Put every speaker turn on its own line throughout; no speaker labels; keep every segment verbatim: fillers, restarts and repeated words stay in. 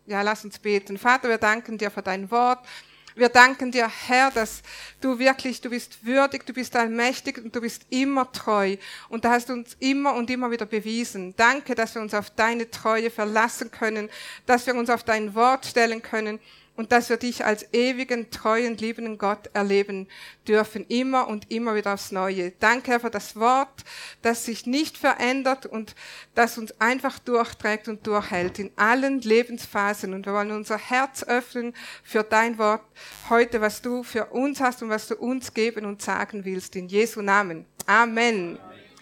ja, lass uns beten. Vater, wir danken dir für dein Wort. Wir danken dir, Herr, dass du wirklich, du bist würdig, du bist allmächtig und du bist immer treu. Und da hast du uns immer und immer wieder bewiesen. Danke, dass wir uns auf deine Treue verlassen können, dass wir uns auf dein Wort stellen können und dass wir dich als ewigen, treuen, liebenden Gott erleben dürfen, immer und immer wieder aufs Neue. Danke, Herr, für das Wort, das sich nicht verändert und das uns einfach durchträgt und durchhält in allen Lebensphasen. Und wir wollen unser Herz öffnen für dein Wort heute, was du für uns hast und was du uns geben und sagen willst. In Jesu Namen. Amen. Amen.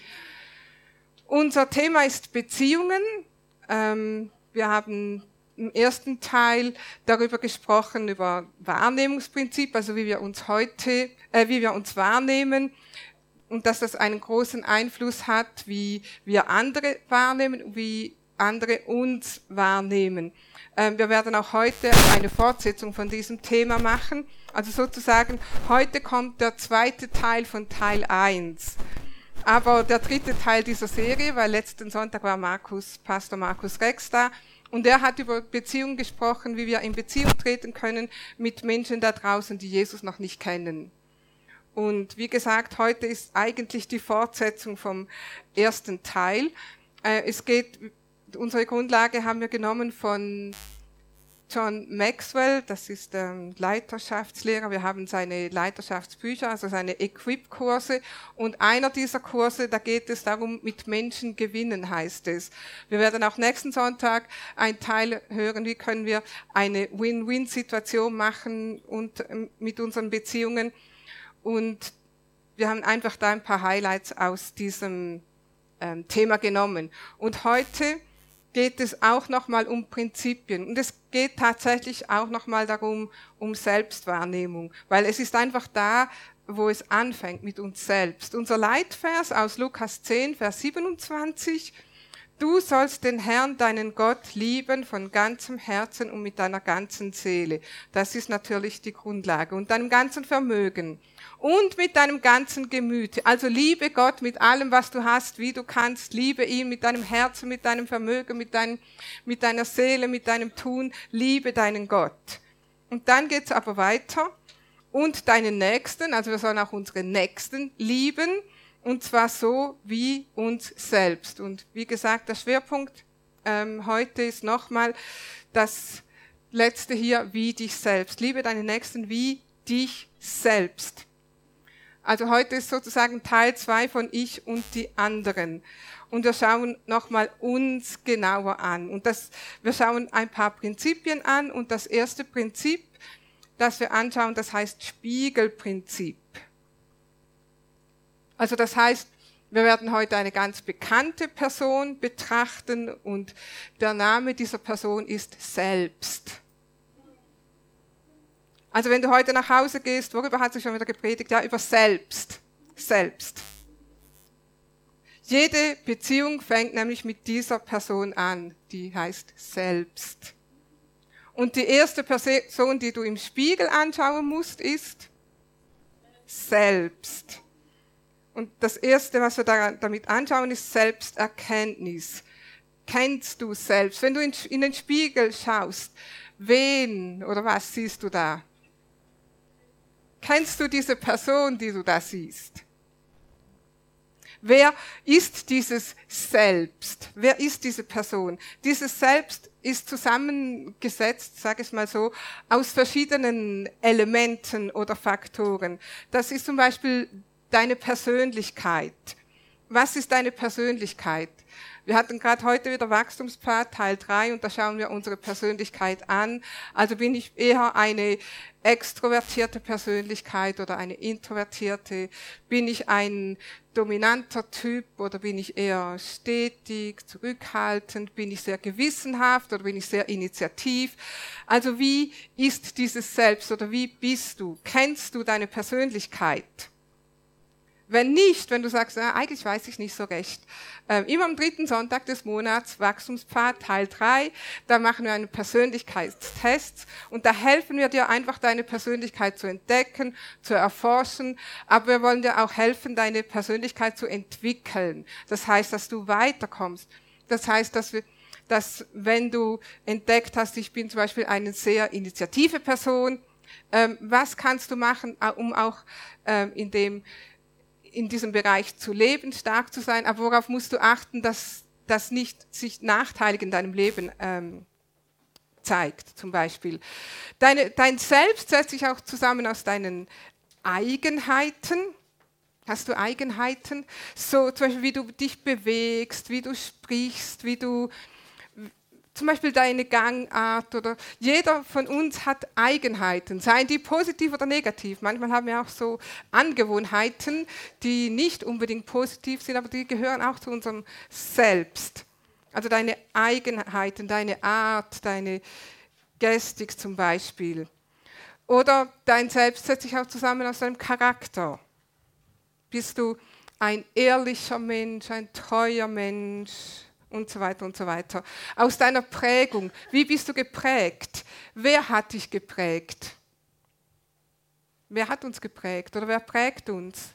Unser Thema ist Beziehungen. Ähm, wir haben im ersten Teil darüber gesprochen, über Wahrnehmungsprinzip, also wie wir uns heute, äh, wie wir uns wahrnehmen und dass das einen großen Einfluss hat, wie wir andere wahrnehmen, wie andere uns wahrnehmen. Ähm, wir werden auch heute eine Fortsetzung von diesem Thema machen. Also sozusagen, heute kommt der zweite Teil von Teil eins. Aber der dritte Teil dieser Serie, weil letzten Sonntag war Markus, Pastor Markus Rex da, und er hat über Beziehungen gesprochen, wie wir in Beziehung treten können mit Menschen da draußen, die Jesus noch nicht kennen. Und wie gesagt, heute ist eigentlich die Fortsetzung vom ersten Teil. Es geht, unsere Grundlage haben wir genommen von John Maxwell, das ist ein Leiterschaftslehrer. Wir haben seine Leiterschaftsbücher, also seine Equip-Kurse. Und einer dieser Kurse, da geht es darum, mit Menschen gewinnen, heißt es. Wir werden auch nächsten Sonntag einen Teil hören, wie können wir eine Win-Win-Situation machen und mit unseren Beziehungen. Und wir haben einfach da ein paar Highlights aus diesem ähm, Thema genommen. Und heute geht es auch nochmal um Prinzipien. Und es geht tatsächlich auch nochmal darum, um Selbstwahrnehmung. Weil es ist einfach da, wo es anfängt mit uns selbst. Unser Leitvers aus Lukas zehn, Vers siebenundzwanzig. Du sollst den Herrn, deinen Gott, lieben von ganzem Herzen und mit deiner ganzen Seele. Das ist natürlich die Grundlage. Und deinem ganzen Vermögen. Und mit deinem ganzen Gemüt. Also liebe Gott mit allem, was du hast, wie du kannst. Liebe ihn mit deinem Herzen, mit deinem Vermögen, mit, deinem, mit deiner Seele, mit deinem Tun. Liebe deinen Gott. Und dann geht's aber weiter. Und deinen Nächsten, also wir sollen auch unsere Nächsten lieben. Und zwar so wie uns selbst. Und wie gesagt, der Schwerpunkt ähm, heute ist nochmal das letzte hier, wie dich selbst. Liebe deinen Nächsten wie dich selbst. Also heute ist sozusagen Teil zwei von Ich und die anderen. Und wir schauen nochmal uns genauer an. Und das, wir schauen ein paar Prinzipien an. Und das erste Prinzip, das wir anschauen, das heißt Spiegelprinzip. Also das heißt, wir werden heute eine ganz bekannte Person betrachten und der Name dieser Person ist Selbst. Also wenn du heute nach Hause gehst, worüber hat sich schon wieder gepredigt? Ja, über Selbst. Selbst. Jede Beziehung fängt nämlich mit dieser Person an, die heißt Selbst. Und die erste Person, die du im Spiegel anschauen musst, ist Selbst. Und das Erste, was wir damit anschauen, ist Selbsterkenntnis. Kennst du selbst? Wenn du in den Spiegel schaust, wen oder was siehst du da? Kennst du diese Person, die du da siehst? Wer ist dieses Selbst? Wer ist diese Person? Dieses Selbst ist zusammengesetzt, sage ich mal so, aus verschiedenen Elementen oder Faktoren. Das ist zum Beispiel deine Persönlichkeit. Was ist deine Persönlichkeit? Wir hatten gerade heute wieder Wachstumspfad Teil drei und da schauen wir unsere Persönlichkeit an. Also bin ich eher eine extrovertierte Persönlichkeit oder eine introvertierte? Bin ich ein dominanter Typ oder bin ich eher stetig, zurückhaltend? Bin ich sehr gewissenhaft oder bin ich sehr initiativ? Also wie ist dieses Selbst oder wie bist du? Kennst du deine Persönlichkeit? Wenn nicht, wenn du sagst, na, eigentlich weiß ich nicht so recht. Äh, immer am dritten Sonntag des Monats, Wachstumspfad Teil drei, da machen wir einen Persönlichkeitstest und da helfen wir dir einfach, deine Persönlichkeit zu entdecken, zu erforschen, aber wir wollen dir auch helfen, deine Persönlichkeit zu entwickeln. Das heißt, dass du weiterkommst. Das heißt, dass wir dass wenn du entdeckt hast, ich bin zum Beispiel eine sehr initiative Person, ähm, was kannst du machen, um auch ähm, in, dem, in diesem Bereich zu leben, stark zu sein, aber worauf musst du achten, dass das nicht sich nachteilig in deinem Leben ähm, zeigt, zum Beispiel. Deine, dein Selbst setzt sich auch zusammen aus deinen Eigenheiten. Hast du Eigenheiten? So zum Beispiel, wie du dich bewegst, wie du sprichst, wie du zum Beispiel deine Gangart oder jeder von uns hat Eigenheiten, seien die positiv oder negativ. Manchmal haben wir auch so Angewohnheiten, die nicht unbedingt positiv sind, aber die gehören auch zu unserem Selbst. Also deine Eigenheiten, deine Art, deine Gestik zum Beispiel. Oder dein Selbst setzt sich auch zusammen aus deinem Charakter. Bist du ein ehrlicher Mensch, ein treuer Mensch und so weiter und so weiter. Aus deiner Prägung. Wie bist du geprägt? Wer hat dich geprägt? Wer hat uns geprägt oder wer prägt uns?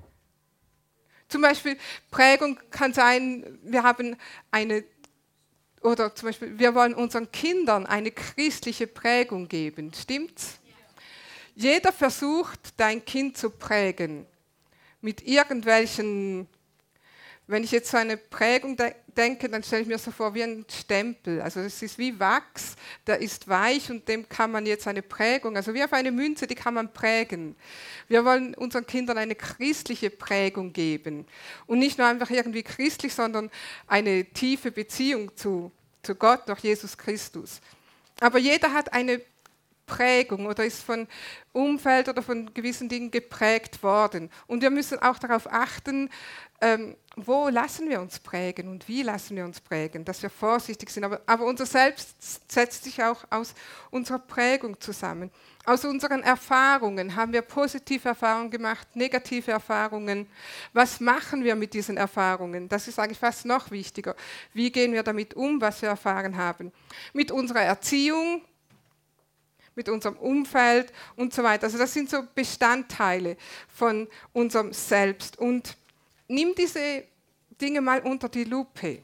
Zum Beispiel Prägung kann sein, wir haben eine, oder zum Beispiel, wir wollen unseren Kindern eine christliche Prägung geben. Stimmt's? Ja. Jeder versucht, dein Kind zu prägen. Mit irgendwelchen, wenn ich jetzt so eine Prägung de- denke, dann stelle ich mir so vor wie ein Stempel. Also es ist wie Wachs, der ist weich und dem kann man jetzt eine Prägung, also wie auf eine Münze, die kann man prägen. Wir wollen unseren Kindern eine christliche Prägung geben. Und nicht nur einfach irgendwie christlich, sondern eine tiefe Beziehung zu, zu Gott durch Jesus Christus. Aber jeder hat eine Prägung oder ist von Umfeld oder von gewissen Dingen geprägt worden. Und wir müssen auch darauf achten, ähm, wo lassen wir uns prägen und wie lassen wir uns prägen, dass wir vorsichtig sind. Aber, aber unser Selbst setzt sich auch aus unserer Prägung zusammen. Aus unseren Erfahrungen haben wir positive Erfahrungen gemacht, negative Erfahrungen. Was machen wir mit diesen Erfahrungen? Das ist eigentlich fast noch wichtiger. Wie gehen wir damit um, was wir erfahren haben? Mit unserer Erziehung, mit unserem Umfeld und so weiter. Also das sind so Bestandteile von unserem Selbst. Und nimm diese Dinge mal unter die Lupe.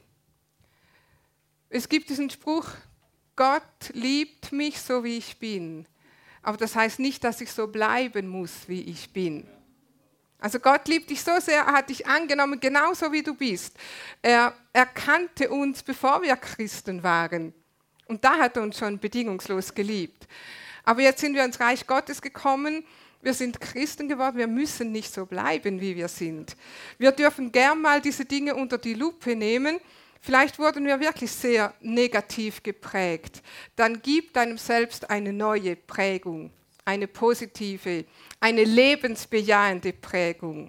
Es gibt diesen Spruch, Gott liebt mich so, wie ich bin. Aber das heißt nicht, dass ich so bleiben muss, wie ich bin. Also Gott liebt dich so sehr, er hat dich angenommen, genauso wie du bist. Er erkannte uns, bevor wir Christen waren. Und da hat er uns schon bedingungslos geliebt. Aber jetzt sind wir ins Reich Gottes gekommen, wir sind Christen geworden, wir müssen nicht so bleiben, wie wir sind. Wir dürfen gern mal diese Dinge unter die Lupe nehmen. Vielleicht wurden wir wirklich sehr negativ geprägt. Dann gib deinem Selbst eine neue Prägung, eine positive, eine lebensbejahende Prägung.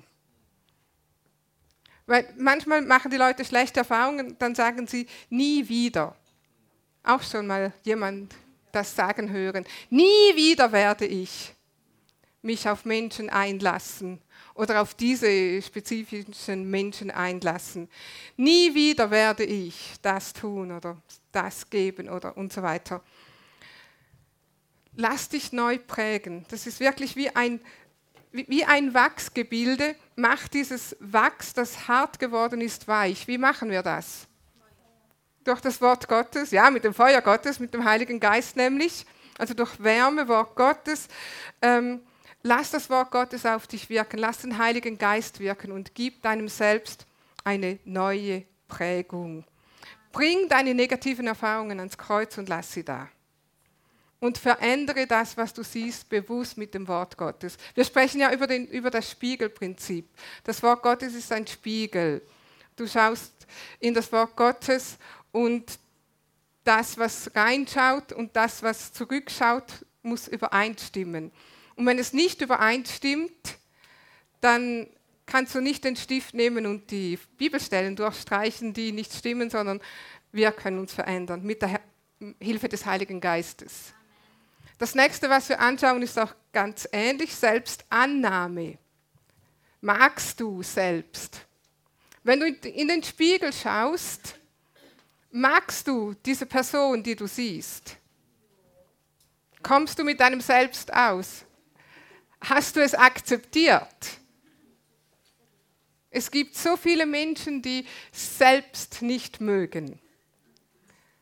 Weil manchmal machen die Leute schlechte Erfahrungen, dann sagen sie, nie wieder. Auch schon mal jemand das sagen hören. Nie wieder werde ich mich auf Menschen einlassen oder auf diese spezifischen Menschen einlassen. Nie wieder werde ich das tun oder das geben oder und so weiter. Lass dich neu prägen. Das ist wirklich wie ein, wie ein Wachsgebilde. Mach dieses Wachs, das hart geworden ist, weich. Wie machen wir das? Durch das Wort Gottes, ja, mit dem Feuer Gottes, mit dem Heiligen Geist nämlich, also durch Wärme, Wort Gottes. Ähm, lass das Wort Gottes auf dich wirken, lass den Heiligen Geist wirken und gib deinem Selbst eine neue Prägung. Bring deine negativen Erfahrungen ans Kreuz und lass sie da. Und verändere das, was du siehst, bewusst mit dem Wort Gottes. Wir sprechen ja über, den, über das Spiegelprinzip. Das Wort Gottes ist ein Spiegel. Du schaust in das Wort Gottes und das, was reinschaut und das, was zurückschaut, muss übereinstimmen. Und wenn es nicht übereinstimmt, dann kannst du nicht den Stift nehmen und die Bibelstellen durchstreichen, die nicht stimmen, sondern wir können uns verändern mit der Hilfe des Heiligen Geistes. Das nächste, was wir anschauen, ist auch ganz ähnlich, Selbstannahme. Magst du selbst? Wenn du in den Spiegel schaust, magst du diese Person, die du siehst? Kommst du mit deinem Selbst aus? Hast du es akzeptiert? Es gibt so viele Menschen, die selbst nicht mögen.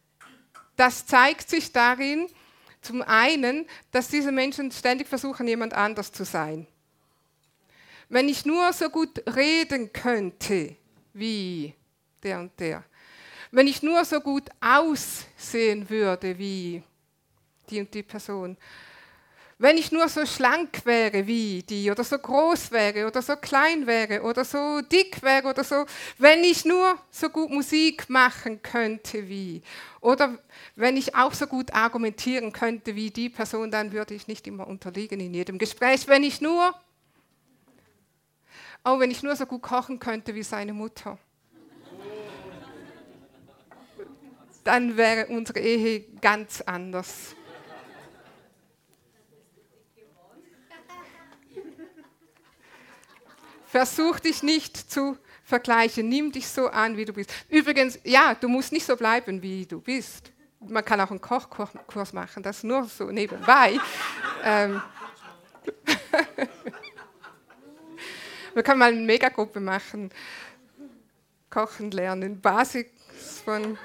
Das zeigt sich darin, zum einen, dass diese Menschen ständig versuchen, jemand anders zu sein. Wenn ich nur so gut reden könnte wie der und der, wenn ich nur so gut aussehen würde wie die und die Person, wenn ich nur so schlank wäre wie die oder so groß wäre oder so klein wäre oder so dick wäre oder so, wenn ich nur so gut Musik machen könnte wie, oder wenn ich auch so gut argumentieren könnte wie die Person, dann würde ich nicht immer unterliegen in jedem Gespräch. Wenn ich nur, oh, wenn ich nur so gut kochen könnte wie seine Mutter, dann wäre unsere Ehe ganz anders. Versuch dich nicht zu vergleichen. Nimm dich so an, wie du bist. Übrigens, ja, du musst nicht so bleiben, wie du bist. Man kann auch einen Kochkurs machen, das nur so nebenbei. ähm. Man kann mal eine Megagruppe machen. Kochen lernen. Basis von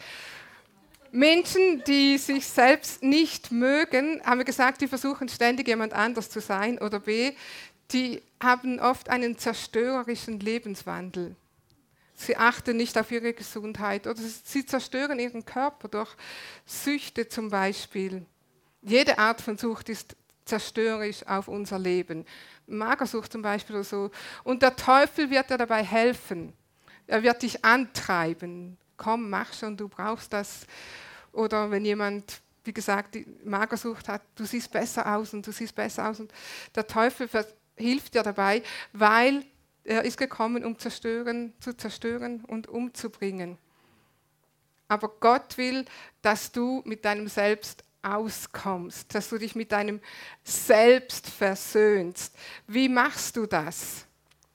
Menschen, die sich selbst nicht mögen, haben wir gesagt, die versuchen ständig jemand anders zu sein. Oder B, die haben oft einen zerstörerischen Lebenswandel. Sie achten nicht auf ihre Gesundheit oder sie zerstören ihren Körper durch Süchte zum Beispiel. Jede Art von Sucht ist zerstörerisch auf unser Leben. Magersucht zum Beispiel oder so. Und der Teufel wird dir dabei helfen. Er wird dich antreiben. Komm, mach schon, du brauchst das. Oder wenn jemand, wie gesagt, die Magersucht hat, du siehst besser aus und du siehst besser aus. Und der Teufel hilft dir dabei, weil er ist gekommen, um zerstören, zu zerstören und umzubringen. Aber Gott will, dass du mit deinem Selbst auskommst, dass du dich mit deinem Selbst versöhnst. Wie machst du das?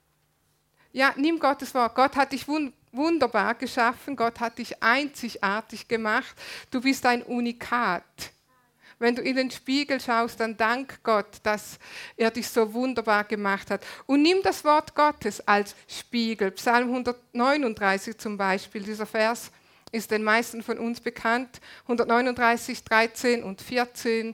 Ja, nimm Gottes Wort. Gott hat dich wund- wunderbar geschaffen, Gott hat dich einzigartig gemacht. Du bist ein Unikat. Wenn du in den Spiegel schaust, dann dank Gott, dass er dich so wunderbar gemacht hat. Und nimm das Wort Gottes als Spiegel. Psalm hundertneununddreißig zum Beispiel, dieser Vers ist den meisten von uns bekannt. hundertneununddreißig, dreizehn und vierzehn.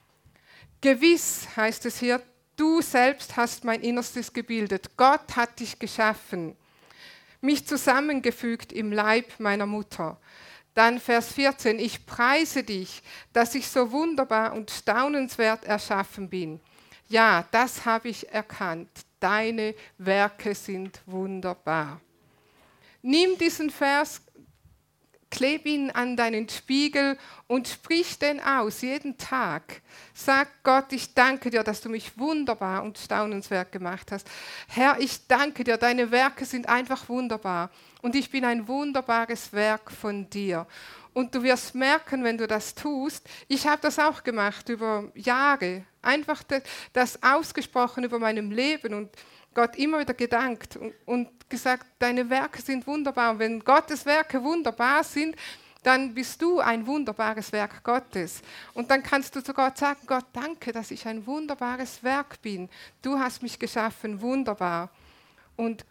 Gewiss, heißt es hier, du selbst hast mein Innerstes gebildet. Gott hat dich geschaffen, mich zusammengefügt im Leib meiner Mutter. Dann Vers vierzehn, ich preise dich, dass ich so wunderbar und staunenswert erschaffen bin. Ja, das habe ich erkannt. Deine Werke sind wunderbar. Nimm diesen Vers, kleb ihn an deinen Spiegel und sprich den aus, jeden Tag. Sag Gott, ich danke dir, dass du mich wunderbar und staunenswert gemacht hast. Herr, ich danke dir, deine Werke sind einfach wunderbar und ich bin ein wunderbares Werk von dir. Und du wirst merken, wenn du das tust, ich habe das auch gemacht über Jahre, einfach das ausgesprochen über meinem Leben und Gott immer wieder gedankt und, und gesagt, deine Werke sind wunderbar. Und wenn Gottes Werke wunderbar sind, dann bist du ein wunderbares Werk Gottes. Und dann kannst du zu Gott sagen, Gott, danke, dass ich ein wunderbares Werk bin. Du hast mich geschaffen, wunderbar. Und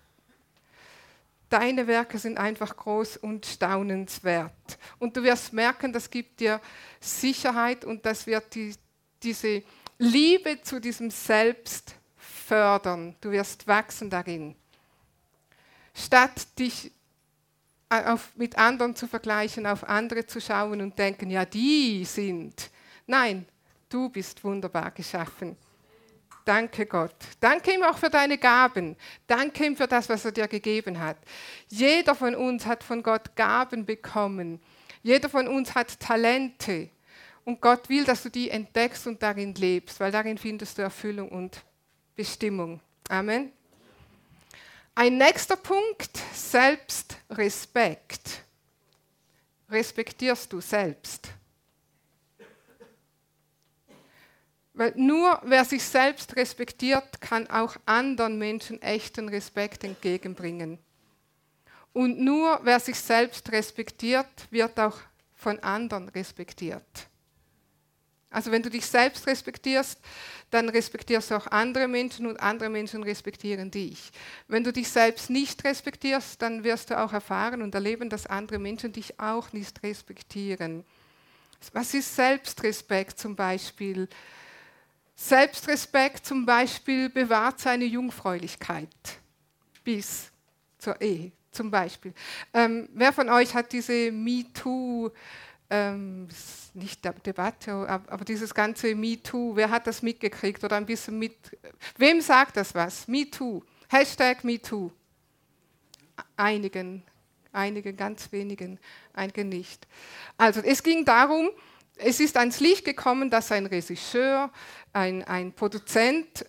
deine Werke sind einfach groß und staunenswert. Und du wirst merken, das gibt dir Sicherheit und das wird die, diese Liebe zu diesem Selbst fördern. Du wirst wachsen darin. Statt dich auf, mit anderen zu vergleichen, auf andere zu schauen und denken, ja, die sind. Nein, du bist wunderbar geschaffen. Danke Gott. Danke ihm auch für deine Gaben. Danke ihm für das, was er dir gegeben hat. Jeder von uns hat von Gott Gaben bekommen. Jeder von uns hat Talente. Und Gott will, dass du die entdeckst und darin lebst, weil darin findest du Erfüllung und Bestimmung. Amen. Ein nächster Punkt, Selbstrespekt. Respektierst du selbst? Weil nur wer sich selbst respektiert, kann auch anderen Menschen echten Respekt entgegenbringen. Und nur wer sich selbst respektiert, wird auch von anderen respektiert. Also wenn du dich selbst respektierst, dann respektierst du auch andere Menschen und andere Menschen respektieren dich. Wenn du dich selbst nicht respektierst, dann wirst du auch erfahren und erleben, dass andere Menschen dich auch nicht respektieren. Was ist Selbstrespekt zum Beispiel? Selbstrespekt zum Beispiel bewahrt seine Jungfräulichkeit bis zur Ehe zum Beispiel. Ähm, wer von euch hat diese MeToo, ähm, nicht der Debatte, aber dieses ganze MeToo, wer hat das mitgekriegt oder ein bisschen mit, wem sagt das was? MeToo, Hashtag MeToo. Einigen, einigen, ganz wenigen, einigen nicht. Also es ging darum, es ist ans Licht gekommen, dass ein Regisseur, ein, ein Produzent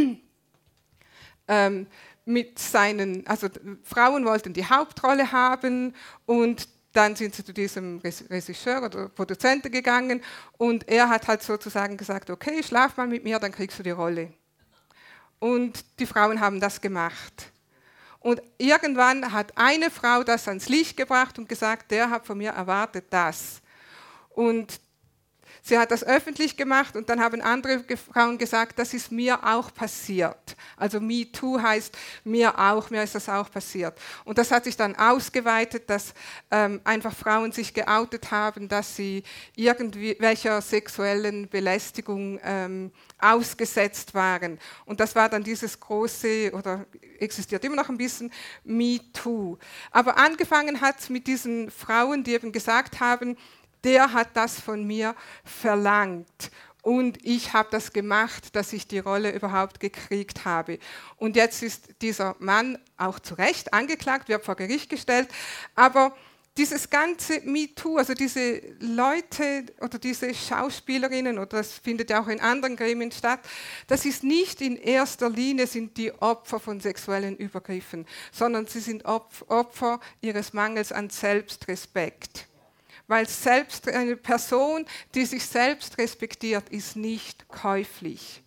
ähm, mit seinen, also Frauen wollten die Hauptrolle haben und dann sind sie zu diesem Regisseur oder Produzenten gegangen und er hat halt sozusagen gesagt, okay, schlaf mal mit mir, dann kriegst du die Rolle. Und die Frauen haben das gemacht. Und irgendwann hat eine Frau das ans Licht gebracht und gesagt, der hat von mir erwartet das. Und sie hat das öffentlich gemacht und dann haben andere Frauen gesagt, das ist mir auch passiert. Also MeToo heißt mir auch, mir ist das auch passiert. Und das hat sich dann ausgeweitet, dass ähm, einfach Frauen sich geoutet haben, dass sie irgendwie welcher sexuellen Belästigung ähm, ausgesetzt waren. Und das war dann dieses große, oder existiert immer noch ein bisschen, MeToo. Aber angefangen hat es mit diesen Frauen, die eben gesagt haben, der hat das von mir verlangt und ich habe das gemacht, dass ich die Rolle überhaupt gekriegt habe. Und jetzt ist dieser Mann auch zu Recht angeklagt, wird vor Gericht gestellt, aber dieses ganze MeToo, also diese Leute oder diese Schauspielerinnen, oder das findet ja auch in anderen Gremien statt, das ist nicht in erster Linie sind die Opfer von sexuellen Übergriffen, sondern sie sind Opfer ihres Mangels an Selbstrespekt. Weil selbst eine Person, die sich selbst respektiert, ist nicht käuflich.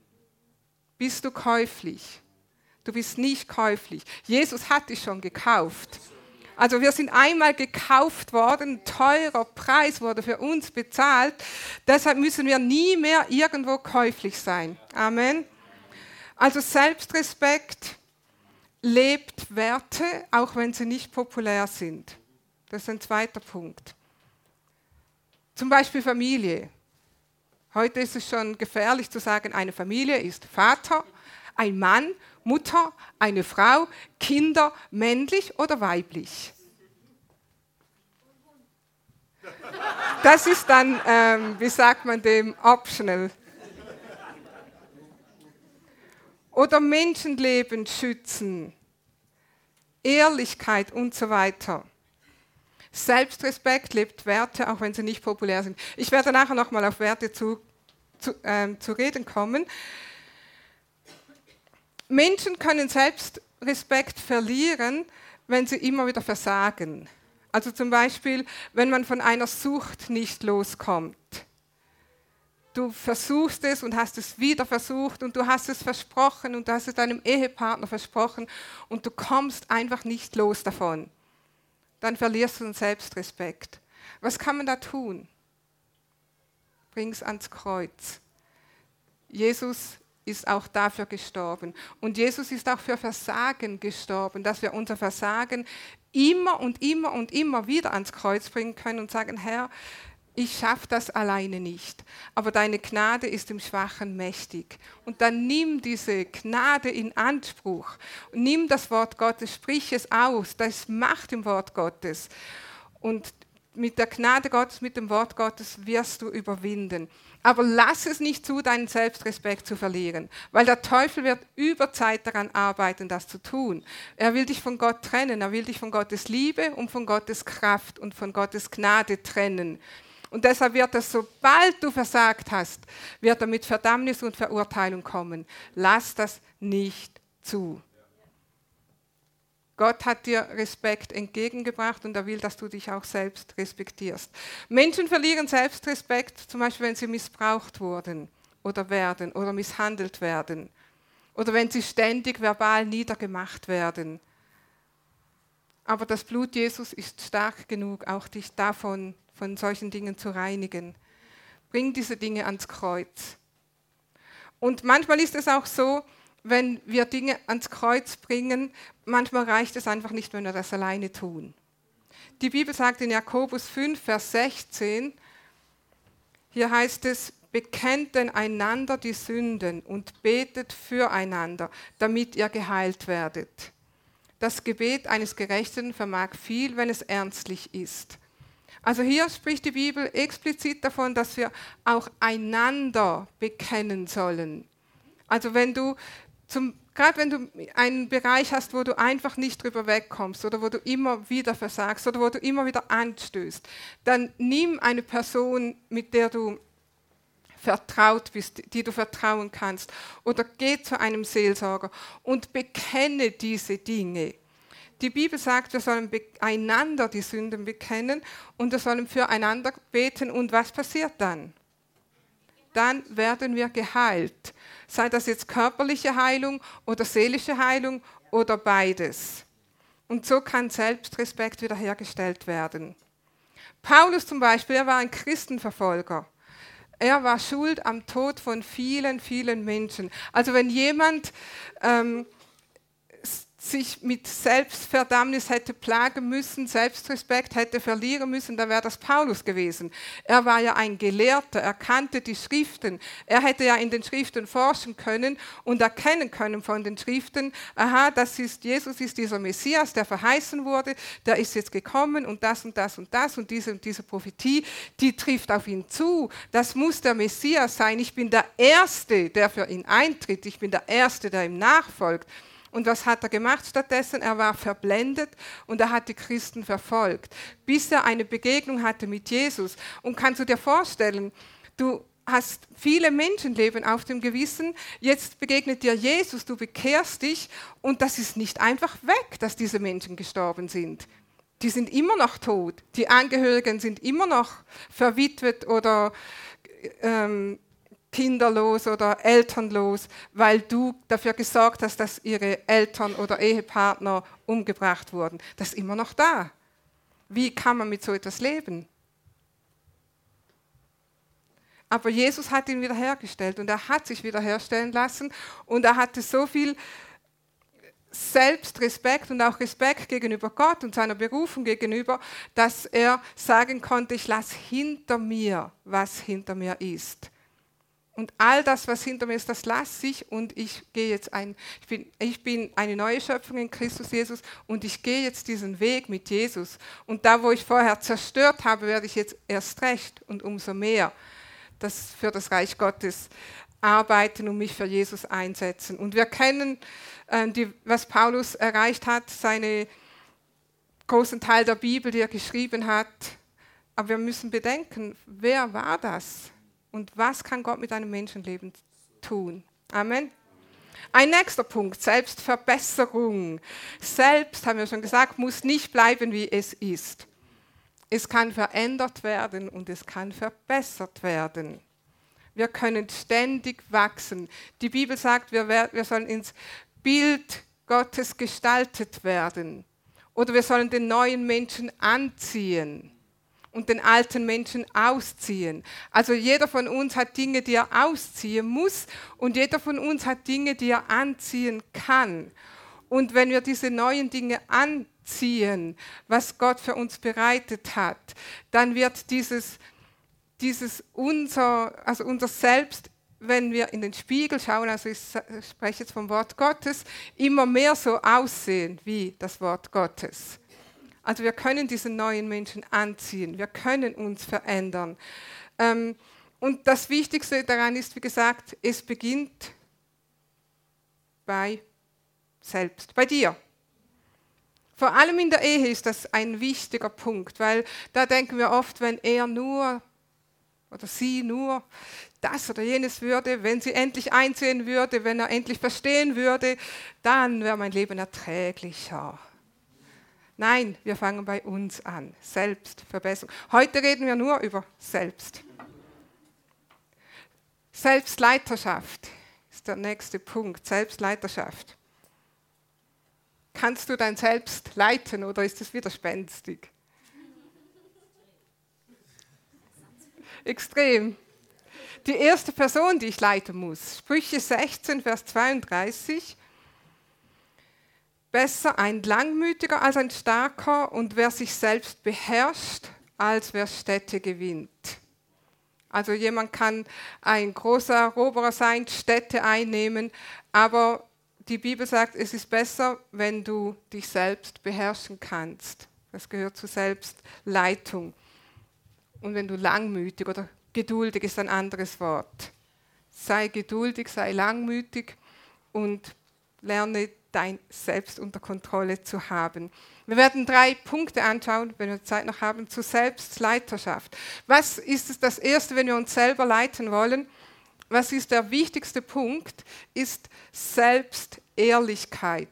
Bist du käuflich? Du bist nicht käuflich. Jesus hat dich schon gekauft. Also wir sind einmal gekauft worden, ein teurer Preis wurde für uns bezahlt. Deshalb müssen wir nie mehr irgendwo käuflich sein. Amen. Also Selbstrespekt lebt Werte, auch wenn sie nicht populär sind. Das ist ein zweiter Punkt. Zum Beispiel Familie. Heute ist es schon gefährlich zu sagen, eine Familie ist Vater, ein Mann, Mutter, eine Frau, Kinder, männlich oder weiblich. Das ist dann, ähm, wie sagt man dem, optional. Oder Menschenleben schützen, Ehrlichkeit und so weiter. Selbstrespekt lebt Werte, auch wenn sie nicht populär sind. Ich werde nachher nochmal auf Werte zu, zu, ähm, zu reden kommen. Menschen können Selbstrespekt verlieren, wenn sie immer wieder versagen. Also zum Beispiel, wenn man von einer Sucht nicht loskommt. Du versuchst es und hast es wieder versucht und du hast es versprochen und du hast es deinem Ehepartner versprochen und du kommst einfach nicht los davon. Dann verlierst du den Selbstrespekt. Was kann man da tun? Bring es ans Kreuz. Jesus ist auch dafür gestorben. Und Jesus ist auch für Versagen gestorben, dass wir unser Versagen immer und immer und immer wieder ans Kreuz bringen können und sagen, Herr, ich schaffe das alleine nicht, aber deine Gnade ist im Schwachen mächtig. Und dann nimm diese Gnade in Anspruch. Nimm das Wort Gottes, sprich es aus, da ist Macht im Wort Gottes. Und mit der Gnade Gottes, mit dem Wort Gottes wirst du überwinden. Aber lass es nicht zu, deinen Selbstrespekt zu verlieren, weil der Teufel wird über Zeit daran arbeiten, das zu tun. Er will dich von Gott trennen, er will dich von Gottes Liebe und von Gottes Kraft und von Gottes Gnade trennen. Und deshalb wird es, sobald du versagt hast, wird er mit Verdammnis und Verurteilung kommen. Lass das nicht zu. Gott hat dir Respekt entgegengebracht und er will, dass du dich auch selbst respektierst. Menschen verlieren Selbstrespekt, zum Beispiel wenn sie missbraucht wurden oder werden oder misshandelt werden oder wenn sie ständig verbal niedergemacht werden. Aber das Blut Jesus ist stark genug, auch dich davon von solchen Dingen zu reinigen. Bring diese Dinge ans Kreuz. Und manchmal ist es auch so, wenn wir Dinge ans Kreuz bringen, manchmal reicht es einfach nicht, wenn wir das alleine tun. Die Bibel sagt in Jakobus fünf, Vers sechzehn, Hier heißt es, bekennt denn einander die Sünden und betet füreinander, damit ihr geheilt werdet. Das Gebet eines Gerechten vermag viel, wenn es ernstlich ist. Also hier spricht die Bibel explizit davon, dass wir auch einander bekennen sollen. Also wenn du, zum, gerade wenn du einen Bereich hast, wo du einfach nicht drüber wegkommst oder wo du immer wieder versagst oder wo du immer wieder anstößt, dann nimm eine Person, mit der du vertraut bist, die du vertrauen kannst, oder geh zu einem Seelsorger und bekenne diese Dinge. Die Bibel sagt, wir sollen einander die Sünden bekennen und wir sollen füreinander beten. Und was passiert dann? Dann werden wir geheilt. Sei das jetzt körperliche Heilung oder seelische Heilung oder beides. Und so kann Selbstrespekt wiederhergestellt werden. Paulus zum Beispiel, er war ein Christenverfolger. Er war schuld am Tod von vielen, vielen Menschen. Also wenn jemand ähm, sich mit Selbstverdammnis hätte plagen müssen, Selbstrespekt hätte verlieren müssen, dann wäre das Paulus gewesen. Er war ja ein Gelehrter, er kannte die Schriften. Er hätte ja in den Schriften forschen können und erkennen können von den Schriften, aha, das ist, Jesus ist dieser Messias, der verheißen wurde, der ist jetzt gekommen und das und das und das und diese und diese Prophetie, die trifft auf ihn zu. Das muss der Messias sein. Ich bin der Erste, der für ihn eintritt. Ich bin der Erste, der ihm nachfolgt. Und was hat er gemacht stattdessen? Er war verblendet und er hat die Christen verfolgt, bis er eine Begegnung hatte mit Jesus. Und kannst du dir vorstellen, du hast viele Menschenleben auf dem Gewissen, jetzt begegnet dir Jesus, du bekehrst dich und das ist nicht einfach weg, dass diese Menschen gestorben sind. Die sind immer noch tot, die Angehörigen sind immer noch verwitwet oder ähm, kinderlos oder elternlos, weil du dafür gesorgt hast, dass ihre Eltern oder Ehepartner umgebracht wurden. Das ist immer noch da. Wie kann man mit so etwas leben? Aber Jesus hat ihn wiederhergestellt und er hat sich wiederherstellen lassen und er hatte so viel Selbstrespekt und auch Respekt gegenüber Gott und seiner Berufung gegenüber, dass er sagen konnte, ich lasse hinter mir, was hinter mir ist. Und all das, was hinter mir ist, das lasse ich und ich gehe jetzt ein, ich bin, ich bin eine neue Schöpfung in Christus Jesus und ich gehe jetzt diesen Weg mit Jesus. Und da, wo ich vorher zerstört habe, werde ich jetzt erst recht und umso mehr das für das Reich Gottes arbeiten und mich für Jesus einsetzen. Und wir kennen, äh, die, was Paulus erreicht hat, seinen großen Teil der Bibel, die er geschrieben hat. Aber wir müssen bedenken, wer war das? Und was kann Gott mit einem Menschenleben tun? Amen. Ein nächster Punkt, Selbstverbesserung. Selbst, haben wir schon gesagt, muss nicht bleiben, wie es ist. Es kann verändert werden und es kann verbessert werden. Wir können ständig wachsen. Die Bibel sagt, wir, wir sollen ins Bild Gottes gestaltet werden. Oder wir sollen den neuen Menschen anziehen und den alten Menschen ausziehen. Also jeder von uns hat Dinge, die er ausziehen muss und jeder von uns hat Dinge, die er anziehen kann. Und wenn wir diese neuen Dinge anziehen, was Gott für uns bereitet hat, dann wird dieses, dieses unser, also unser Selbst, wenn wir in den Spiegel schauen, also ich spreche jetzt vom Wort Gottes, immer mehr so aussehen wie das Wort Gottes. Also wir können diesen neuen Menschen anziehen, wir können uns verändern. Ähm, und das Wichtigste daran ist, wie gesagt, es beginnt bei selbst, bei dir. Vor allem in der Ehe ist das ein wichtiger Punkt, weil da denken wir oft, wenn er nur oder sie nur das oder jenes würde, wenn sie endlich einsehen würde, wenn er endlich verstehen würde, dann wäre mein Leben erträglicher. Nein, wir fangen bei uns an. Selbstverbesserung. Heute reden wir nur über Selbst. Selbstleiterschaft ist der nächste Punkt. Selbstleiterschaft. Kannst du dein Selbst leiten oder ist es widerspenstig? Extrem. Die erste Person, die ich leiten muss. Sprüche sechzehn, Vers zweiunddreißig. Besser ein Langmütiger als ein Starker und wer sich selbst beherrscht, als wer Städte gewinnt. Also jemand kann ein großer Eroberer sein, Städte einnehmen, aber die Bibel sagt, es ist besser, wenn du dich selbst beherrschen kannst. Das gehört zur Selbstleitung. Und wenn du langmütig oder geduldig ist ein anderes Wort. Sei geduldig, sei langmütig und lerne dein Selbst unter Kontrolle zu haben. Wir werden drei Punkte anschauen, wenn wir Zeit noch haben, zur Selbstleiterschaft. Was ist es das Erste, wenn wir uns selber leiten wollen? Was ist der wichtigste Punkt? Ist Selbstehrlichkeit.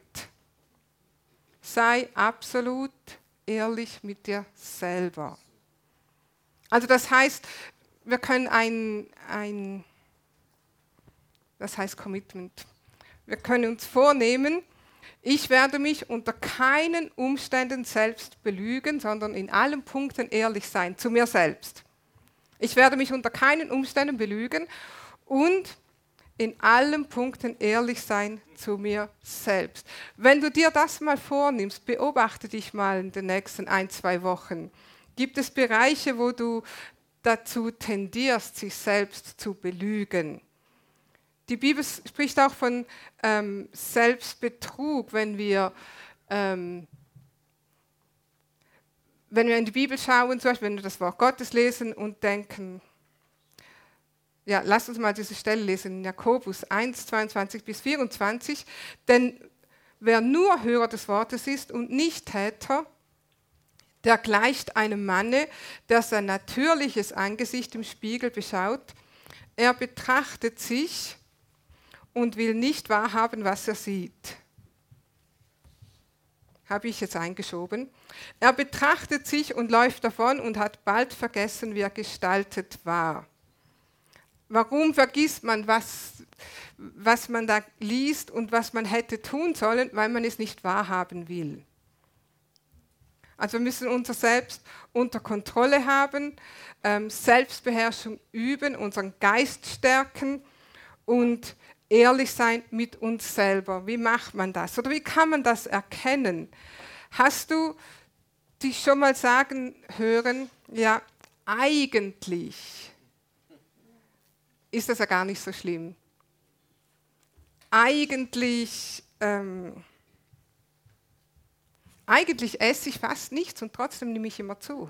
Sei absolut ehrlich mit dir selber. Also das heißt, wir können ein, ein das heißt Commitment. Wir können uns vornehmen, ich werde mich unter keinen Umständen selbst belügen, sondern in allen Punkten ehrlich sein, zu mir selbst. Ich werde mich unter keinen Umständen belügen und in allen Punkten ehrlich sein zu mir selbst. Wenn du dir das mal vornimmst, beobachte dich mal in den nächsten ein, zwei Wochen. Gibt es Bereiche, wo du dazu tendierst, sich selbst zu belügen? Die Bibel spricht auch von ähm, Selbstbetrug, wenn wir, ähm, wenn wir in die Bibel schauen, zum Beispiel wenn wir das Wort Gottes lesen und denken, ja, lasst uns mal diese Stelle lesen, in Jakobus eins, zweiundzwanzig bis vierundzwanzig, denn wer nur Hörer des Wortes ist und nicht Täter, der gleicht einem Manne, der sein natürliches Angesicht im Spiegel beschaut, er betrachtet sich und will nicht wahrhaben, was er sieht. Habe ich jetzt eingeschoben. Er betrachtet sich und läuft davon und hat bald vergessen, wie er gestaltet war. Warum vergisst man, was, was man da liest und was man hätte tun sollen? Weil man es nicht wahrhaben will. Also wir müssen unser Selbst unter Kontrolle haben, ähm, Selbstbeherrschung üben, unseren Geist stärken und ehrlich sein mit uns selber. Wie macht man das? Oder wie kann man das erkennen? Hast du dich schon mal sagen hören, ja, eigentlich ist das ja gar nicht so schlimm. Eigentlich, ähm, eigentlich esse ich fast nichts und trotzdem nehme ich immer zu.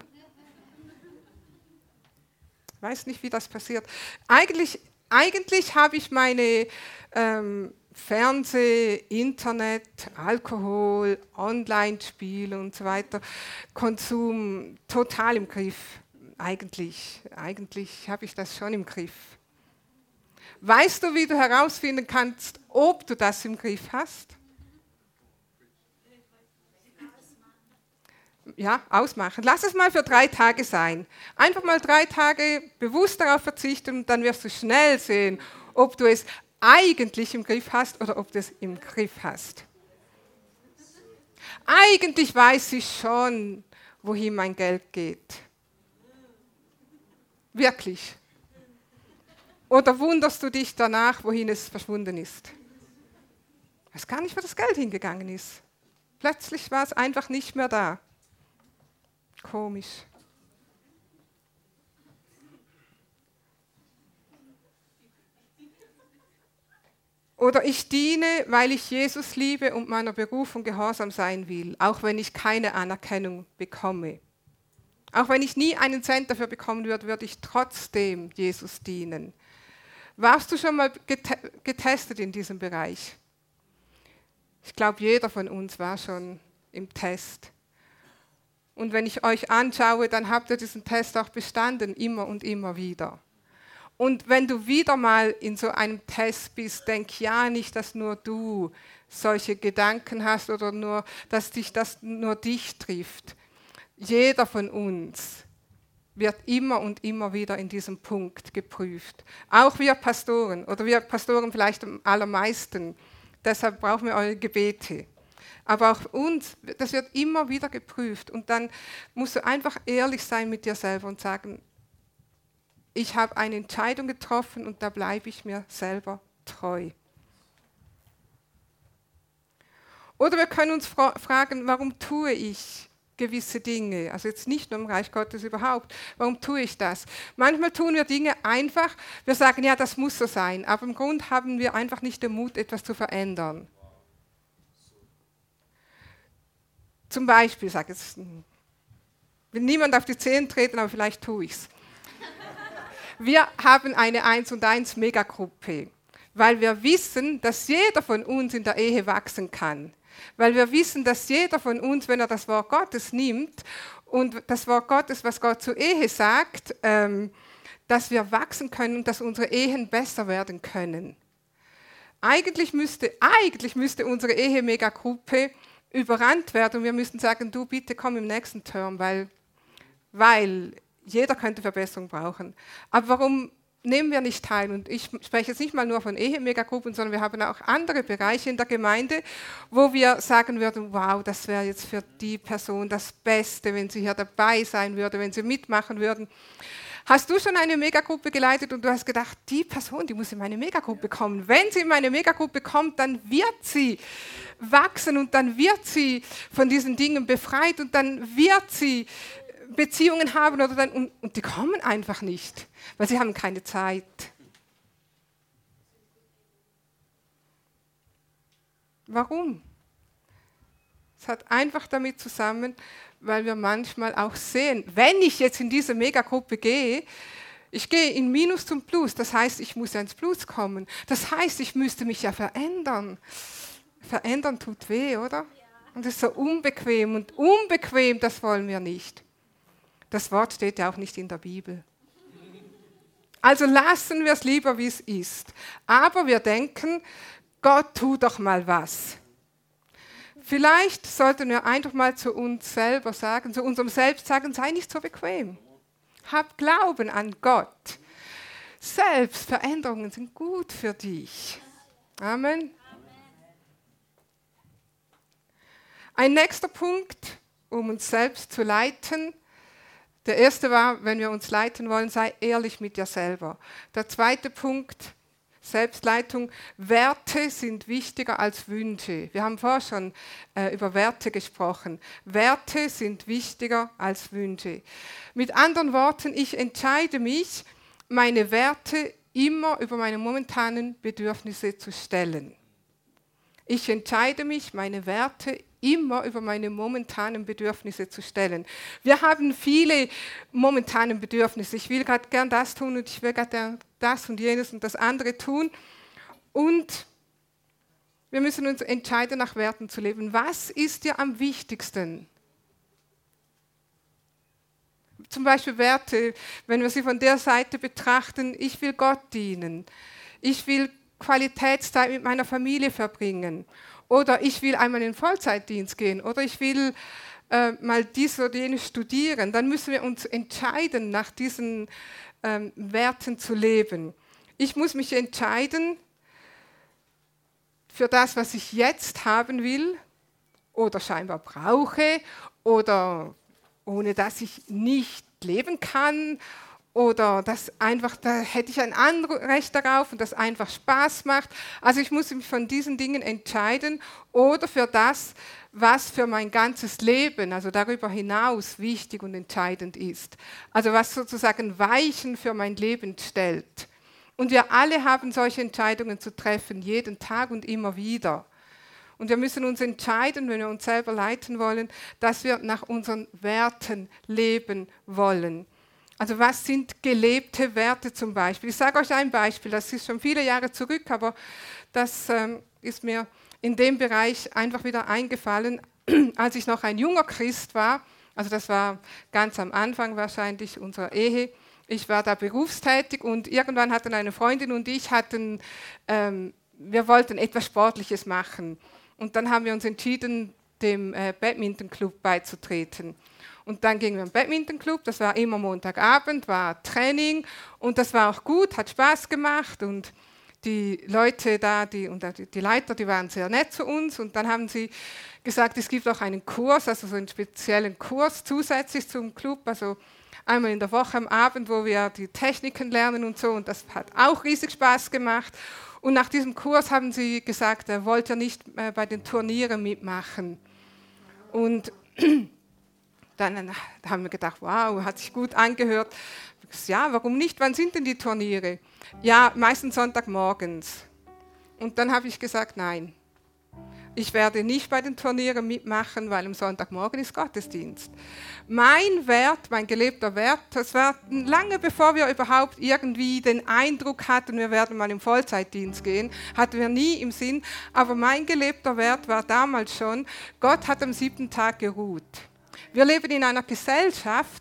Ich weiß nicht, wie das passiert. Eigentlich Eigentlich habe ich meine ähm, Fernseh-, Internet-, Alkohol-, Online-Spiele und so weiter, Konsum total im Griff. Eigentlich, eigentlich habe ich das schon im Griff. Weißt du, wie du herausfinden kannst, ob du das im Griff hast? Ja, ausmachen. Lass es mal für drei Tage sein. Einfach mal drei Tage bewusst darauf verzichten und dann wirst du schnell sehen, ob du es eigentlich im Griff hast oder ob du es im Griff hast. Eigentlich weiß ich schon, wohin mein Geld geht. Wirklich. Oder wunderst du dich danach, wohin es verschwunden ist? Ich weiß gar nicht, wo das Geld hingegangen ist. Plötzlich war es einfach nicht mehr da. Komisch. Oder ich diene, weil ich Jesus liebe und meiner Berufung gehorsam sein will, auch wenn ich keine Anerkennung bekomme. Auch wenn ich nie einen Cent dafür bekommen würde, würde ich trotzdem Jesus dienen. Warst du schon mal getestet in diesem Bereich? Ich glaube, jeder von uns war schon im Test. Und wenn ich euch anschaue, dann habt ihr diesen Test auch bestanden, immer und immer wieder. Und wenn du wieder mal in so einem Test bist, denk ja nicht, dass nur du solche Gedanken hast oder nur, dass dich das nur dich trifft. Jeder von uns wird immer und immer wieder in diesem Punkt geprüft. Auch wir Pastoren oder wir Pastoren vielleicht am allermeisten. Deshalb brauchen wir eure Gebete. Aber auch uns, das wird immer wieder geprüft. Und dann musst du einfach ehrlich sein mit dir selber und sagen, ich habe eine Entscheidung getroffen und da bleibe ich mir selber treu. Oder wir können uns fra- fragen, warum tue ich gewisse Dinge? Also jetzt nicht nur im Reich Gottes überhaupt. Warum tue ich das? Manchmal tun wir Dinge einfach, wir sagen, ja, das muss so sein, aber im Grunde haben wir einfach nicht den Mut, etwas zu verändern. Zum Beispiel, ich sage jetzt, will niemand auf die Zehen treten, aber vielleicht tue ich es. Wir haben eine eins und eins Megagruppe, weil wir wissen, dass jeder von uns in der Ehe wachsen kann. Weil wir wissen, dass jeder von uns, wenn er das Wort Gottes nimmt und das Wort Gottes, was Gott zur Ehe sagt, ähm, dass wir wachsen können und dass unsere Ehen besser werden können. Eigentlich müsste, eigentlich müsste unsere Ehe-Megagruppe überrannt werden und wir müssten sagen, du bitte komm im nächsten Term, weil, weil jeder könnte Verbesserung brauchen. Aber warum nehmen wir nicht teil? Und ich spreche jetzt nicht mal nur von Ehe-Megagruppen, sondern wir haben auch andere Bereiche in der Gemeinde, wo wir sagen würden, wow, das wäre jetzt für die Person das Beste, wenn sie hier dabei sein würde, wenn sie mitmachen würden. Hast du schon eine Megagruppe geleitet und du hast gedacht, die Person, die muss in meine Megagruppe kommen. Wenn sie in meine Megagruppe kommt, dann wird sie wachsen und dann wird sie von diesen Dingen befreit und dann wird sie Beziehungen haben oder dann, und, und die kommen einfach nicht, weil sie haben keine Zeit. Warum? Es hat einfach damit zusammen, weil wir manchmal auch sehen, wenn ich jetzt in diese Megagruppe gehe, ich gehe in Minus zum Plus, das heißt, ich muss ja ins Plus kommen. Das heißt, ich müsste mich ja verändern. Verändern tut weh, oder? Und das ist so unbequem und unbequem, das wollen wir nicht. Das Wort steht ja auch nicht in der Bibel. Also lassen wir es lieber, wie es ist. Aber wir denken, Gott, tu doch mal was. Vielleicht sollten wir einfach mal zu uns selber sagen, zu unserem Selbst sagen, sei nicht so bequem. Hab Glauben an Gott. Selbstveränderungen sind gut für dich. Amen. Ein nächster Punkt, um uns selbst zu leiten. Der erste war, wenn wir uns leiten wollen, sei ehrlich mit dir selber. Der zweite Punkt, Selbstleitung, Werte sind wichtiger als Wünsche. Wir haben vorher schon äh, über Werte gesprochen. Werte sind wichtiger als Wünsche. Mit anderen Worten, ich entscheide mich, meine Werte immer über meine momentanen Bedürfnisse zu stellen. Ich entscheide mich, meine Werte immer über meine momentanen Bedürfnisse zu stellen. Wir haben viele momentane Bedürfnisse. Ich will gerade gern das tun und ich will gerade das und jenes und das andere tun. Und wir müssen uns entscheiden, nach Werten zu leben. Was ist dir am wichtigsten? Zum Beispiel Werte, wenn wir sie von der Seite betrachten, ich will Gott dienen. Ich will Qualitätszeit mit meiner Familie verbringen. Oder ich will einmal in den Vollzeitdienst gehen. Oder ich will äh, mal dies oder jenes studieren. Dann müssen wir uns entscheiden, nach diesen ähm, Werten zu leben. Ich muss mich entscheiden für das, was ich jetzt haben will oder scheinbar brauche oder ohne das ich nicht leben kann. Oder das einfach, da hätte ich ein Anrecht darauf und das einfach Spaß macht. Also ich muss mich von diesen Dingen entscheiden oder für das, was für mein ganzes Leben, also darüber hinaus wichtig und entscheidend ist. Also was sozusagen Weichen für mein Leben stellt. Und wir alle haben solche Entscheidungen zu treffen, jeden Tag und immer wieder. Und wir müssen uns entscheiden, wenn wir uns selber leiten wollen, dass wir nach unseren Werten leben wollen. Also was sind gelebte Werte zum Beispiel? Ich sage euch ein Beispiel, das ist schon viele Jahre zurück, aber das ähm, ist mir in dem Bereich einfach wieder eingefallen, als ich noch ein junger Christ war. Also das war ganz am Anfang wahrscheinlich unserer Ehe. Ich war da berufstätig und irgendwann hatten eine Freundin und ich hatten, ähm, wir wollten etwas Sportliches machen. Und dann haben wir uns entschieden, dem äh, Badminton-Club beizutreten. Und dann gingen wir im Badminton-Club, das war immer Montagabend, war Training und das war auch gut, hat Spaß gemacht und die Leute da, die, und die Leiter, die waren sehr nett zu uns und dann haben sie gesagt, es gibt auch einen Kurs, also so einen speziellen Kurs zusätzlich zum Club, also einmal in der Woche am Abend, wo wir die Techniken lernen und so und das hat auch riesig Spaß gemacht. Und nach diesem Kurs haben sie gesagt, er wollte nicht äh, bei den Turnieren mitmachen. Und Dann haben wir gedacht, wow, hat sich gut angehört. Ja, warum nicht? Wann sind denn die Turniere? Ja, meistens Sonntagmorgens. Und dann habe ich gesagt, nein, ich werde nicht bei den Turnieren mitmachen, weil am Sonntagmorgen ist Gottesdienst. Mein Wert, mein gelebter Wert, das war lange bevor wir überhaupt irgendwie den Eindruck hatten, wir werden mal im Vollzeitdienst gehen, hatten wir nie im Sinn. Aber mein gelebter Wert war damals schon, Gott hat am siebten Tag geruht. Wir leben in einer Gesellschaft,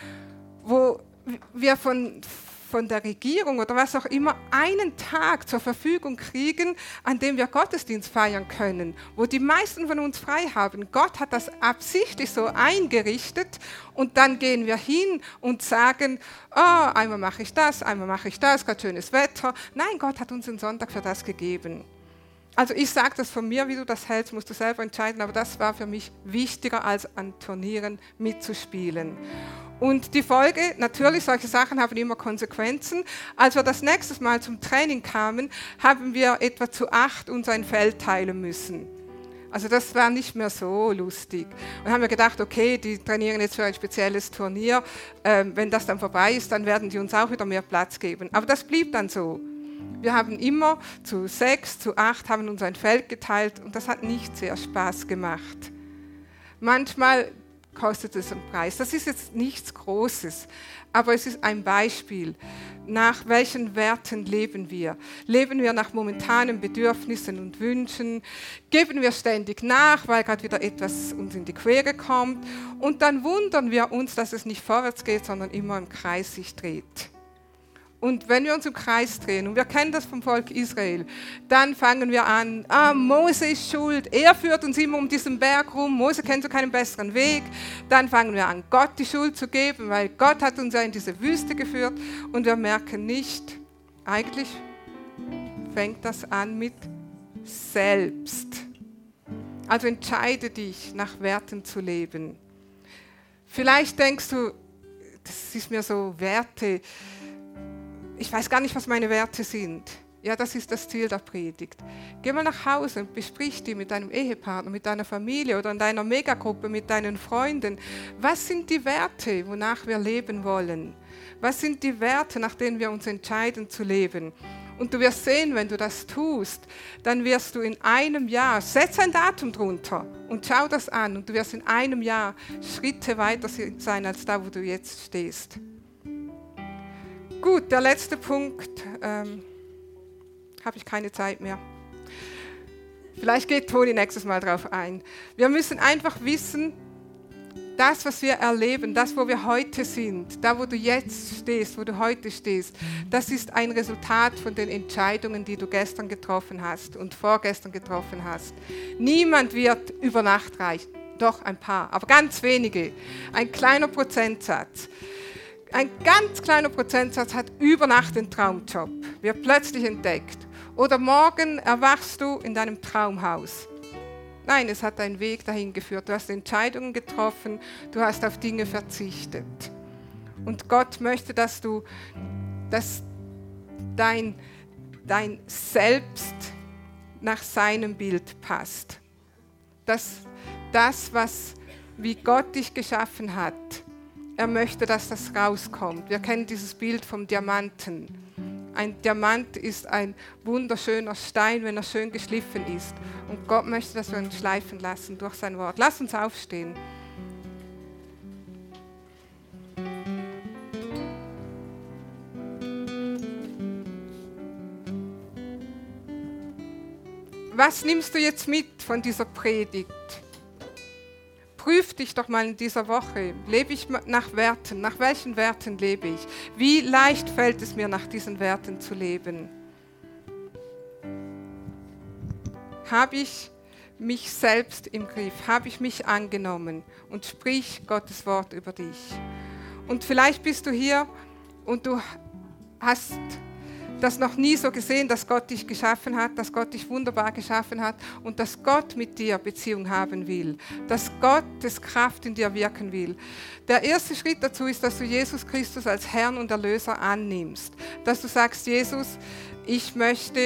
wo wir von, von der Regierung oder was auch immer einen Tag zur Verfügung kriegen, an dem wir Gottesdienst feiern können, wo die meisten von uns frei haben. Gott hat das absichtlich so eingerichtet und dann gehen wir hin und sagen, oh, einmal mache ich das, einmal mache ich das, gerade schönes Wetter. Nein, Gott hat uns den Sonntag für das gegeben. Also ich sage das von mir, wie du das hältst, musst du selber entscheiden, aber das war für mich wichtiger, als an Turnieren mitzuspielen. Und die Folge, natürlich, solche Sachen haben immer Konsequenzen. Als wir das nächste Mal zum Training kamen, haben wir etwa zu acht uns ein Feld teilen müssen. Also das war nicht mehr so lustig. Und haben wir gedacht, okay, die trainieren jetzt für ein spezielles Turnier. Ähm, wenn das dann vorbei ist, dann werden die uns auch wieder mehr Platz geben. Aber das blieb dann so. Wir haben immer zu sechs, zu acht, haben uns ein Feld geteilt und das hat nicht sehr Spaß gemacht. Manchmal kostet es einen Preis. Das ist jetzt nichts Großes, aber es ist ein Beispiel. Nach welchen Werten leben wir? Leben wir nach momentanen Bedürfnissen und Wünschen? Geben wir ständig nach, weil gerade wieder etwas uns in die Quere kommt? Und dann wundern wir uns, dass es nicht vorwärts geht, sondern immer im Kreis sich dreht. Und wenn wir uns im Kreis drehen, und wir kennen das vom Volk Israel, dann fangen wir an, ah, Mose ist schuld, er führt uns immer um diesen Berg rum, Mose kennt so keinen besseren Weg. Dann fangen wir an, Gott die Schuld zu geben, weil Gott hat uns ja in diese Wüste geführt. Und wir merken nicht, eigentlich fängt das an mit selbst. Also entscheide dich, nach Werten zu leben. Vielleicht denkst du, das ist mir so Werte, ich weiß gar nicht, was meine Werte sind. Ja, das ist das Ziel der Predigt. Geh mal nach Hause und besprich die mit deinem Ehepartner, mit deiner Familie oder in deiner Megagruppe, mit deinen Freunden. Was sind die Werte, wonach wir leben wollen? Was sind die Werte, nach denen wir uns entscheiden zu leben? Und du wirst sehen, wenn du das tust, dann wirst du in einem Jahr, setz ein Datum drunter und schau das an und du wirst in einem Jahr Schritte weiter sein als da, wo du jetzt stehst. Gut, der letzte Punkt, ähm, habe ich keine Zeit mehr. Vielleicht geht Toni nächstes Mal drauf ein. Wir müssen einfach wissen, das, was wir erleben, das, wo wir heute sind, da, wo du jetzt stehst, wo du heute stehst, das ist ein Resultat von den Entscheidungen, die du gestern getroffen hast und vorgestern getroffen hast. Niemand wird über Nacht reich, doch ein paar, aber ganz wenige, ein kleiner Prozentsatz. Ein ganz kleiner Prozentsatz hat über Nacht den Traumjob, wird plötzlich entdeckt. Oder morgen erwachst du in deinem Traumhaus. Nein, es hat einen Weg dahin geführt. Du hast Entscheidungen getroffen, du hast auf Dinge verzichtet. Und Gott möchte, dass du, dass dein, dein Selbst nach seinem Bild passt. Dass das, was, wie Gott dich geschaffen hat, er möchte, dass das rauskommt. Wir kennen dieses Bild vom Diamanten. Ein Diamant ist ein wunderschöner Stein, wenn er schön geschliffen ist. Und Gott möchte, dass wir ihn schleifen lassen durch sein Wort. Lass uns aufstehen. Was nimmst du jetzt mit von dieser Predigt? Prüf dich doch mal in dieser Woche. Lebe ich nach Werten? Nach welchen Werten lebe ich? Wie leicht fällt es mir, nach diesen Werten zu leben? Habe ich mich selbst im Griff? Habe ich mich angenommen? Und sprich Gottes Wort über dich. Und vielleicht bist du hier und du hast das noch nie so gesehen, dass Gott dich geschaffen hat, dass Gott dich wunderbar geschaffen hat und dass Gott mit dir Beziehung haben will, dass Gottes Kraft in dir wirken will. Der erste Schritt dazu ist, dass du Jesus Christus als Herrn und Erlöser annimmst, dass du sagst, Jesus, ich möchte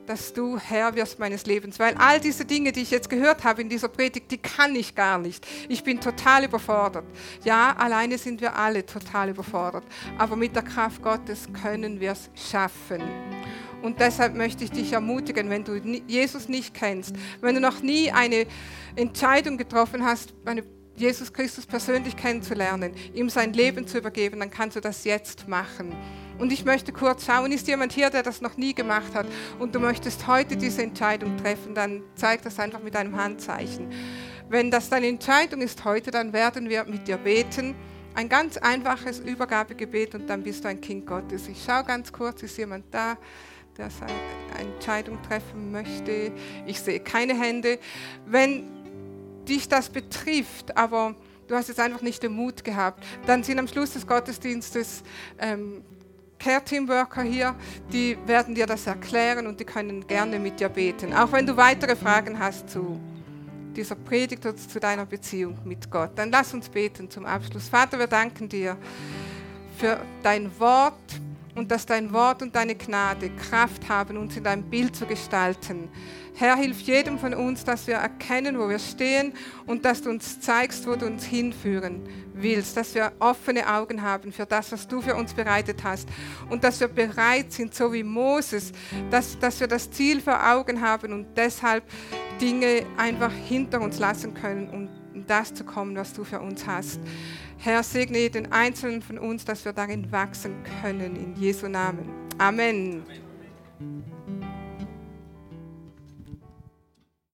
dass du Herr wirst meines Lebens, weil all diese Dinge, die ich jetzt gehört habe in dieser Predigt, die kann ich gar nicht. Ich bin total überfordert. Ja, alleine sind wir alle total überfordert, aber mit der Kraft Gottes können wir es schaffen. Und deshalb möchte ich dich ermutigen, wenn du Jesus nicht kennst, wenn du noch nie eine Entscheidung getroffen hast, eine Jesus Christus persönlich kennenzulernen, ihm sein Leben zu übergeben, dann kannst du das jetzt machen. Und ich möchte kurz schauen, ist jemand hier, der das noch nie gemacht hat und du möchtest heute diese Entscheidung treffen, dann zeig das einfach mit einem Handzeichen. Wenn das deine Entscheidung ist heute, dann werden wir mit dir beten. Ein ganz einfaches Übergabegebet und dann bist du ein Kind Gottes. Ich schaue ganz kurz, ist jemand da, der eine Entscheidung treffen möchte? Ich sehe keine Hände. Wenn dich das betrifft, aber du hast jetzt einfach nicht den Mut gehabt, dann sind am Schluss des Gottesdienstes ähm, Care-Team-Worker hier, die werden dir das erklären und die können gerne mit dir beten. Auch wenn du weitere Fragen hast zu dieser Predigt oder zu deiner Beziehung mit Gott, dann lass uns beten zum Abschluss. Vater, wir danken dir für dein Wort und dass dein Wort und deine Gnade Kraft haben, uns in dein Bild zu gestalten. Herr, hilf jedem von uns, dass wir erkennen, wo wir stehen und dass du uns zeigst, wo du uns hinführen willst, dass wir offene Augen haben für das, was du für uns bereitet hast und dass wir bereit sind, so wie Moses, dass, dass wir das Ziel vor Augen haben und deshalb Dinge einfach hinter uns lassen können, um in das zu kommen, was du für uns hast. Herr, segne jeden Einzelnen von uns, dass wir darin wachsen können, in Jesu Namen. Amen. Amen.